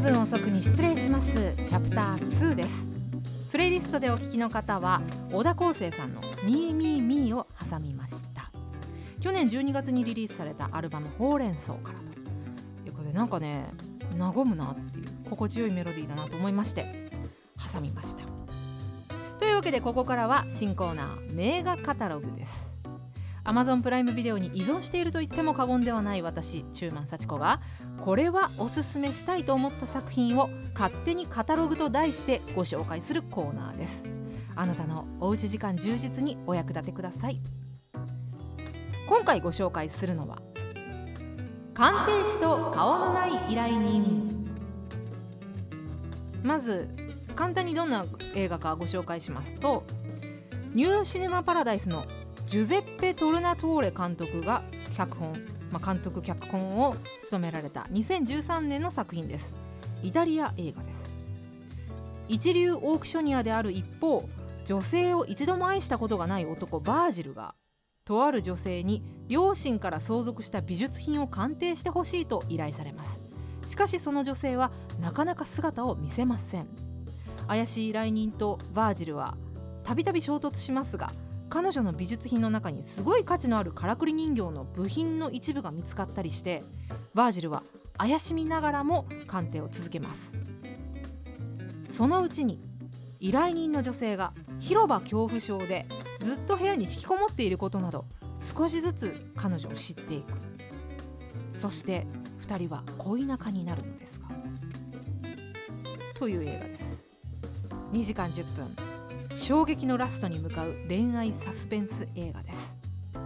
分遅くに失礼します。チャプター2です。プレイリストでお聞きの方は小田康生さんのミーミーミーを挟みました。去年12月にリリースされたアルバムほうれん草からということで、なんかね和むなっていう心地よいメロディーだなと思いまして挟みました。というわけでここからは新コーナー名画カタログです。 Amazon プライムビデオに依存していると言っても過言ではない私中満幸子がこれはおすすめしたいと思った作品を勝手にカタログと題してご紹介するコーナーです。あなたのおうち時間充実にお役立てください。今回ご紹介するのは鑑定士と顔のない依頼人。まず簡単にどんな映画かご紹介しますと、ニューシネマパラダイスのジュゼッペ・トルナトーレ監督が監督脚本を務められた2013年の作品です。イタリア映画です。一流オークショニアである一方、女性を一度も愛したことがない男バージルがとある女性に両親から相続した美術品を鑑定してほしいと依頼されます。しかしその女性はなかなか姿を見せません。怪しい依頼人とバージルはたびたび衝突しますが、彼女の美術品の中にすごい価値のあるからくり人形の部品の一部が見つかったりして、バージルは怪しみながらも鑑定を続けます。そのうちに依頼人の女性が広場恐怖症でずっと部屋に引きこもっていることなど少しずつ彼女を知っていく。そして2人は恋仲になるのですが、という映画です。2時間10分、衝撃のラストに向かう恋愛サスペンス映画です。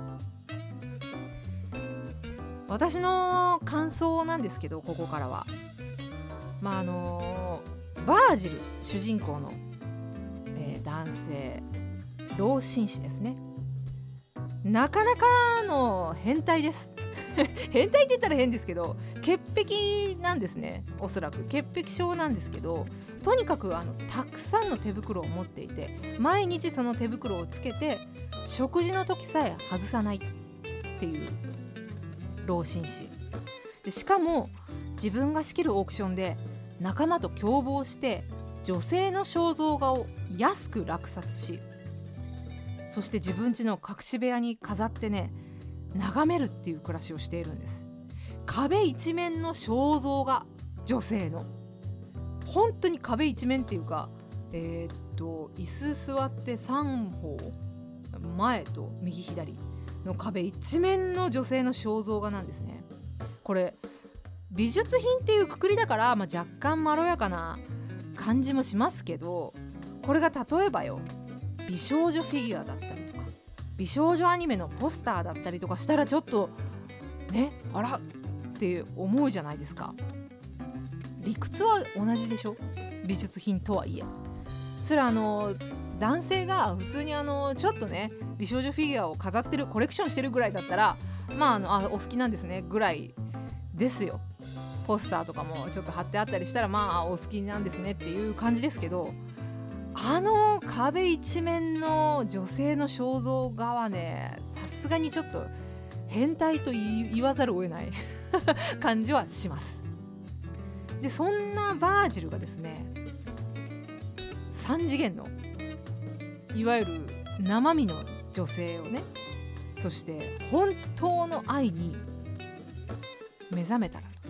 私の感想なんですけど、ここからはバージル主人公の、男性老紳士ですね。なかなかの変態です変態って言ったら変ですけど、潔癖なんですね。おそらく潔癖症なんですけど、とにかくたくさんの手袋を持っていて、毎日その手袋をつけて食事の時さえ外さないっていう老紳士で、しかも自分が仕切るオークションで仲間と共謀して女性の肖像画を安く落札し、そして自分家の隠し部屋に飾ってね眺めるっていう暮らしをしているんです。壁一面の肖像画、女性の本当に壁一面っていうか、椅子座って3方前と右左の壁一面の女性の肖像画なんですね。これ美術品っていうくくりだから、若干まろやかな感じもしますけど、これが例えばよ、美少女フィギュアだったりとか美少女アニメのポスターだったりとかしたらちょっとね、あらって思うじゃないですか。理屈は同じでしょ、美術品とはいえ。それは男性が普通にちょっとね美少女フィギュアを飾ってるコレクションしてるぐらいだったら、お好きなんですねぐらいですよ。ポスターとかもちょっと貼ってあったりしたらお好きなんですねっていう感じですけど、壁一面の女性の肖像画はね、さすがにちょっと変態と言わざるを得ない感じはします。でそんなバージルがですね、3次元のいわゆる生身の女性をね、そして本当の愛に目覚めたらとか、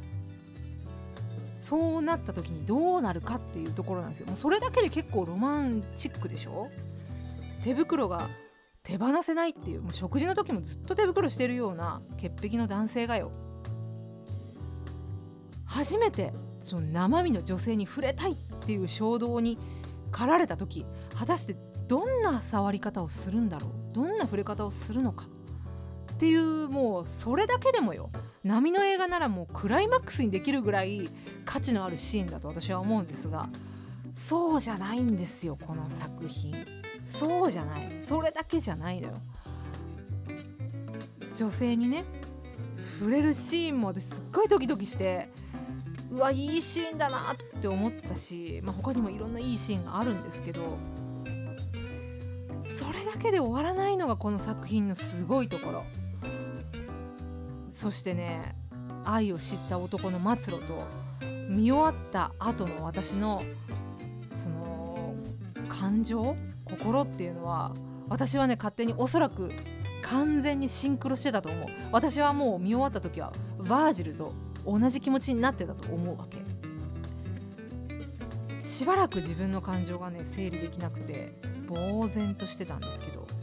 そうなった時にどうなるかっていうところなんですよ。もうそれだけで結構ロマンチックでしょ。手袋が手放せないっていう、もう食事の時もずっと手袋してるような潔癖の男性がよ、初めてその生身の女性に触れたいっていう衝動に駆られた時、果たしてどんな触り方をするんだろう、どんな触れ方をするのかっていう、もうそれだけでもよ、波の映画ならもうクライマックスにできるぐらい価値のあるシーンだと私は思うんですが、そうじゃないんですよこの作品。そうじゃない、それだけじゃないのよ。女性にね触れるシーンも私すっごいドキドキして、うわいいシーンだなって思ったし、他にもいろんないいシーンがあるんですけど、それだけで終わらないのがこの作品のすごいところ。そしてね、愛を知った男の末路と見終わった後の私のその感情、心っていうのは、私はね勝手におそらく完全にシンクロしてたと思う。私はもう見終わった時はバージルと同じ気持ちになってたと思うわけ。しばらく自分の感情がね整理できなくて呆然としてたんですけど、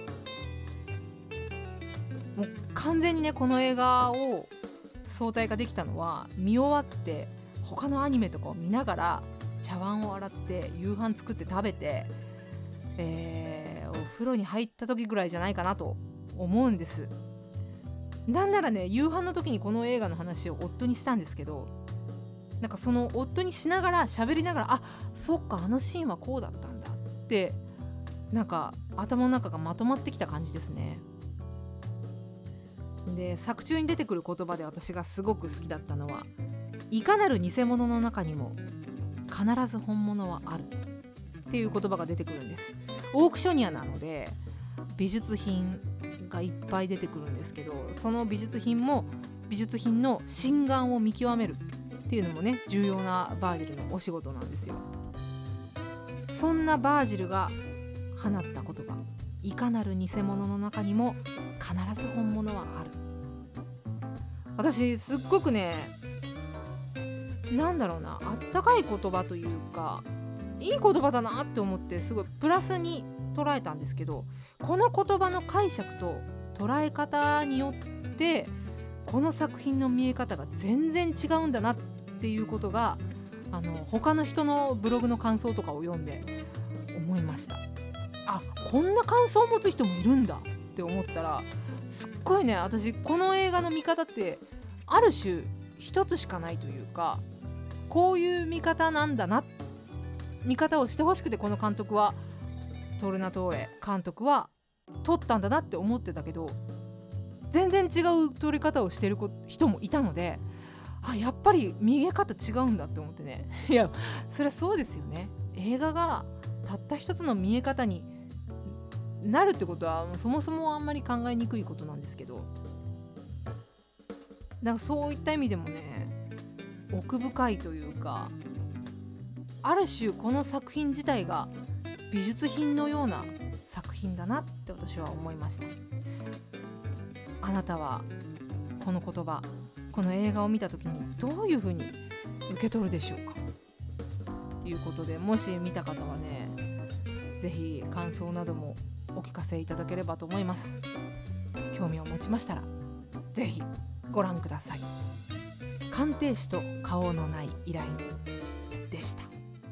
もう完全にねこの映画を相対化できたのは、見終わって他のアニメとかを見ながら茶碗を洗って夕飯作って食べて、お風呂に入った時ぐらいじゃないかなと思うんです。なんならね夕飯の時にこの映画の話を夫にしたんですけど、なんかその夫にしながら喋りながら、あ、そっかあのシーンはこうだったんだってなんか頭の中がまとまってきた感じですね。で、作中に出てくる言葉で私がすごく好きだったのは、いかなる偽物の中にも必ず本物はあるっていう言葉が出てくるんです。オークショニアなので美術品がいっぱい出てくるんですけど、その美術品の真贋を見極めるっていうのもね重要なバージルのお仕事なんですよ。そんなバージルが放った言葉、いかなる偽物の中にも必ず本物はある。私すっごくね、なんだろうな、あったかい言葉というかいい言葉だなって思って、すごいプラスに捉えたんですけど、この言葉の解釈と捉え方によってこの作品の見え方が全然違うんだなっていうことが他の人のブログの感想とかを読んで思いました。あ、こんな感想を持つ人もいるんだって思ったら、すっごいね、私この映画の見方ってある種一つしかないというか、こういう見方なんだな、見方をしてほしくてこの監督はトルナトーレ監督は撮ったんだなって思ってたけど、全然違う撮り方をしてる人もいたので、あ、やっぱり見え方違うんだって思ってね。いや、そりゃそうですよね。映画がたった一つの見え方になるってことはそもそもあんまり考えにくいことなんですけど、だからそういった意味でもね、奥深いというか、ある種この作品自体が美術品のような作品だなって私は思いました。あなたはこの言葉、この映画を見た時にどういうふうに受け取るでしょうかということで、もし見た方はね、ぜひ感想などもお聞かせいただければと思います。興味を持ちましたらぜひご覧ください。鑑定士と顔のない依頼人でした。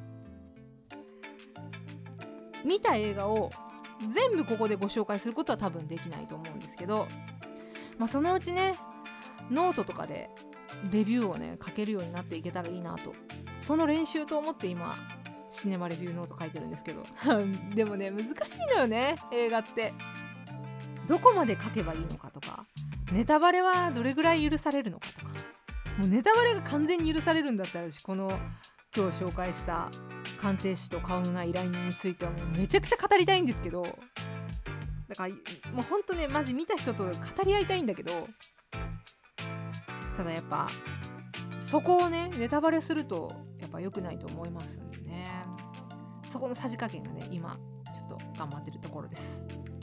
見た映画を全部ここでご紹介することは多分できないと思うんですけど、そのうちねノートとかでレビューをね書けるようになっていけたらいいなと、その練習と思って今シネマレビューノート書いてるんですけどでもね難しいのよね、映画ってどこまで書けばいいのかとか、ネタバレはどれぐらい許されるのかとか、もうネタバレが完全に許されるんだったら、この今日紹介した鑑定士と顔のない依頼人についてはもうめちゃくちゃ語りたいんですけど、だからもうほんとねマジ見た人と語り合いたいんだけど、ただやっぱそこをねネタバレするとやっぱ良くないと思いますんでね、そこのさじ加減がね今ちょっと頑張ってるところです。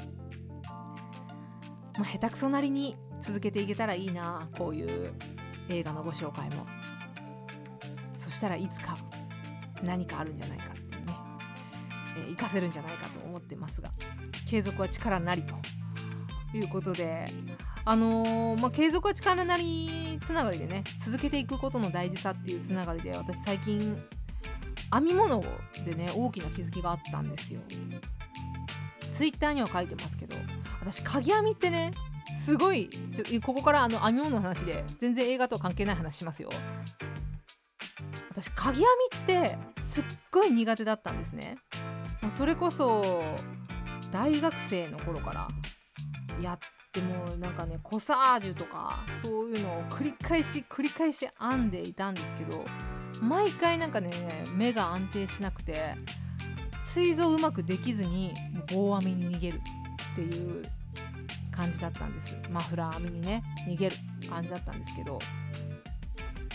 下手くそなりに続けていけたらいいな、こういう映画のご紹介も。そしたらいつか何かあるんじゃないかっていうね、活かせるんじゃないかと思ってますが、継続は力なりということで、継続は力なりつながりでね、続けていくことの大事さっていうつながりで、私最近編み物でね大きな気づきがあったんですよ。ツイッターには書いてますけど、私鍵編みってねすごいここから編み物の話で全然映画と関係ない話しますよ。私鍵編みってすっごい苦手だったんですね。もうそれこそ大学生の頃からやってもなんかねコサージュとかそういうのを繰り返し編んでいたんですけど、毎回なんかね目が安定しなくて追蔵うまくできずに棒編みに逃げるっていう感じだったんです。マフラー編みにね逃げる感じだったんですけど、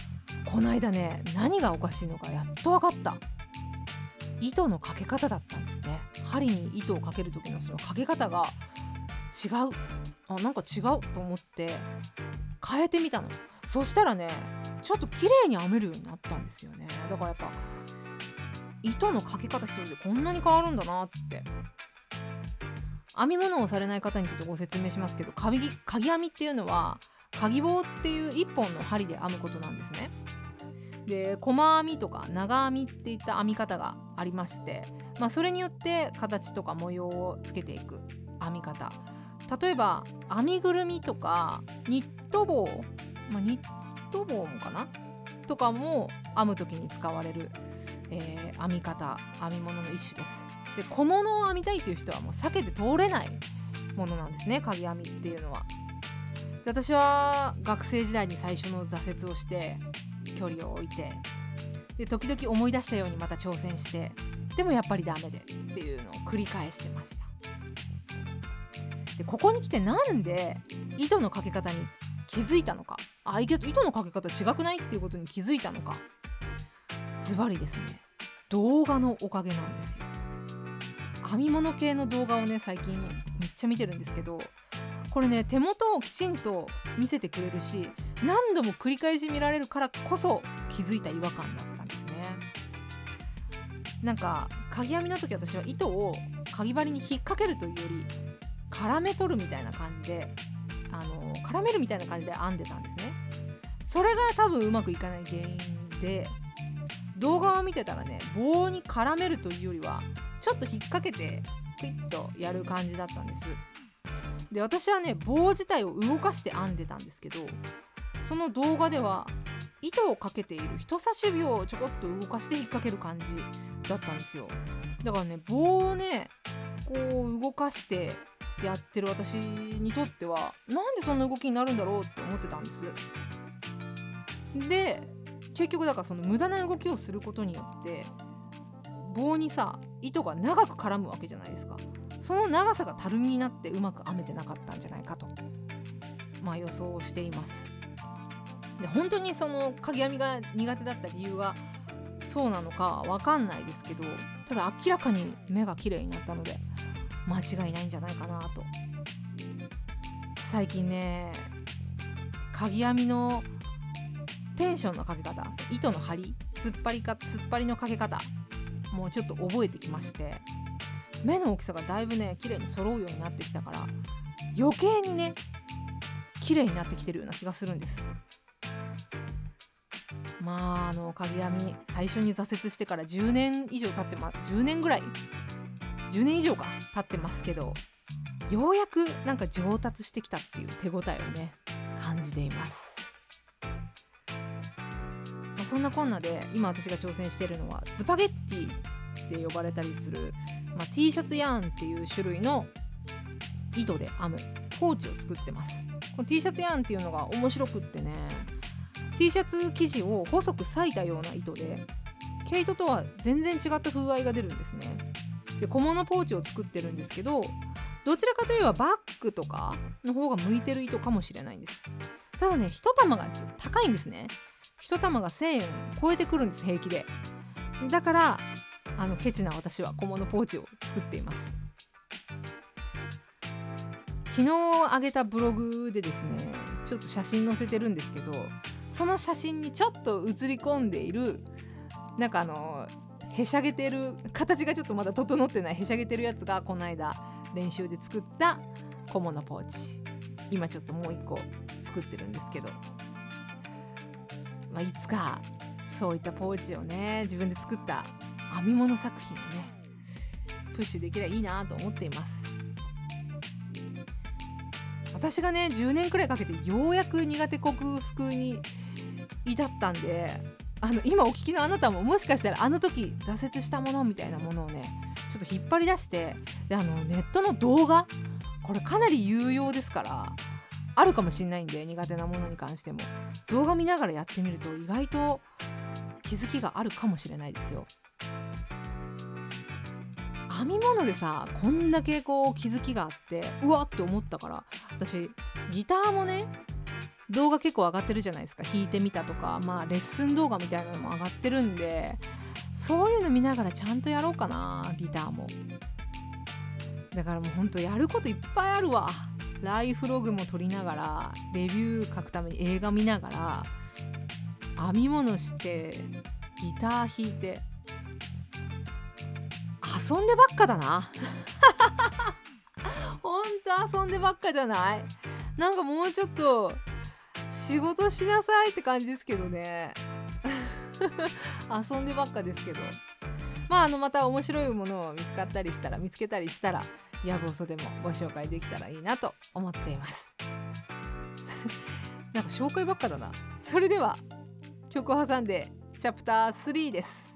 この間ね、何がおかしいのかやっと分かった。糸のかけ方だったんですね。針に糸をかける時のそのかけ方が違う。なんか違うと思って変えてみたの。そしたらね、ちょっと綺麗に編めるようになったんですよね。だからやっぱ糸のかけ方一つでこんなに変わるんだなって。編み物をされない方にちょっとご説明しますけど、かぎ編みっていうのはかぎ棒っていう一本の針で編むことなんですね。で、細編みとか長編みっていった編み方がありまして、それによって形とか模様をつけていく編み方。例えば編みぐるみとかニット帽、ニット帽もかなとかも編む時に使われる、編み方、編み物の一種です。で、小物を編みたいという人はもう避けて通れないものなんですね、かぎ編みっていうのは。で、私は学生時代に最初の挫折をして距離を置いて、で時々思い出したようにまた挑戦して、でもやっぱりダメでっていうのを繰り返してました。で、ここに来てなんで糸のかけ方に気づいたのか、糸のかけ方違くないっていうことに気づいたのか、ズバリですね、動画のおかげなんですよ。編み物系の動画をね、最近めっちゃ見てるんですけど、これね、手元をきちんと見せてくれるし、何度も繰り返し見られるからこそ気づいた違和感だったんですね。なんかかぎ編みの時、私は糸をかぎ針に引っ掛けるというより絡め取るみたいな感じで、絡めるみたいな感じで編んでたんですね。それが多分うまくいかない原因で、動画を見てたらね、棒に絡めるというよりはちょっと引っ掛けてクイッとやる感じだったんです。で、私はね、棒自体を動かして編んでたんですけど、その動画では糸をかけている人差し指をちょこっと動かして引っ掛ける感じだったんですよ。だからね、棒をねこう動かしてやってる私にとっては、なんでそんな動きになるんだろうって思ってたんです。で、結局だからその無駄な動きをすることによって棒にさ、糸が長く絡むわけじゃないですか。その長さがたるみになってうまく編めてなかったんじゃないかと、予想をしています。で、本当にそのかぎ編みが苦手だった理由がそうなのかわかんないですけど、ただ明らかに目が綺麗になったので間違いないんじゃないかなと。最近ね、かぎ編みのテンションのかけ方、糸の張り、突っ張りのかけ方もうちょっと覚えてきまして、目の大きさがだいぶね綺麗に揃うようになってきたから、余計にね綺麗になってきてるような気がするんです。かぎ編み最初に挫折してから10年以上経って10年以上か経ってますけど、ようやくなんか上達してきたっていう手応えをね感じています。そんなこんなで今私が挑戦しているのはズパゲッティって呼ばれたりする、T シャツヤーンっていう種類の糸で編むポーチを作ってます。この T シャツヤーンっていうのが面白くってね、 T シャツ生地を細く裂いたような糸で、毛糸とは全然違った風合いが出るんですね。で、小物ポーチを作ってるんですけど、どちらかといえばバッグとかの方が向いてる糸かもしれないんです。ただね、一玉がちょっと高いんですね。一玉が1000円超えてくるんです、平気で。だからケチな私は小物ポーチを作っています。昨日上げたブログでですね、ちょっと写真載せてるんですけど、その写真にちょっと写り込んでいる、なんかへしゃげてる形がちょっとまだ整ってないへしゃげてるやつが、この間練習で作った小物ポーチ、今ちょっともう一個作ってるんですけど、いつかそういったポーチをね、自分で作った編み物作品をねプッシュできればいいなと思っています。私がね10年くらいかけてようやく苦手克服に至ったんで、今お聞きのあなたももしかしたらあの時挫折したものみたいなものをねちょっと引っ張り出して、でネットの動画、これかなり有用ですからあるかもしれないんで、苦手なものに関しても動画見ながらやってみると意外と気づきがあるかもしれないですよ。編み物でさ、こんだけこう気づきがあってうわって思ったから、私ギターもね動画結構上がってるじゃないですか。弾いてみたとか、レッスン動画みたいなのも上がってるんで、そういうの見ながらちゃんとやろうかな、ギターも。だからもうほんとやることいっぱいあるわ。ライフログも撮りながら、レビュー書くために映画見ながら、編み物して、ギター弾いて、遊んでばっかだな。ほんと遊んでばっかじゃない？なんかもうちょっと仕事しなさいって感じですけどね。遊んでばっかですけど、また面白いものを見つけたりしたら、やぶおそでもご紹介できたらいいなと思っています。なんか紹介ばっかだな。それでは曲を挟んでチャプター3です。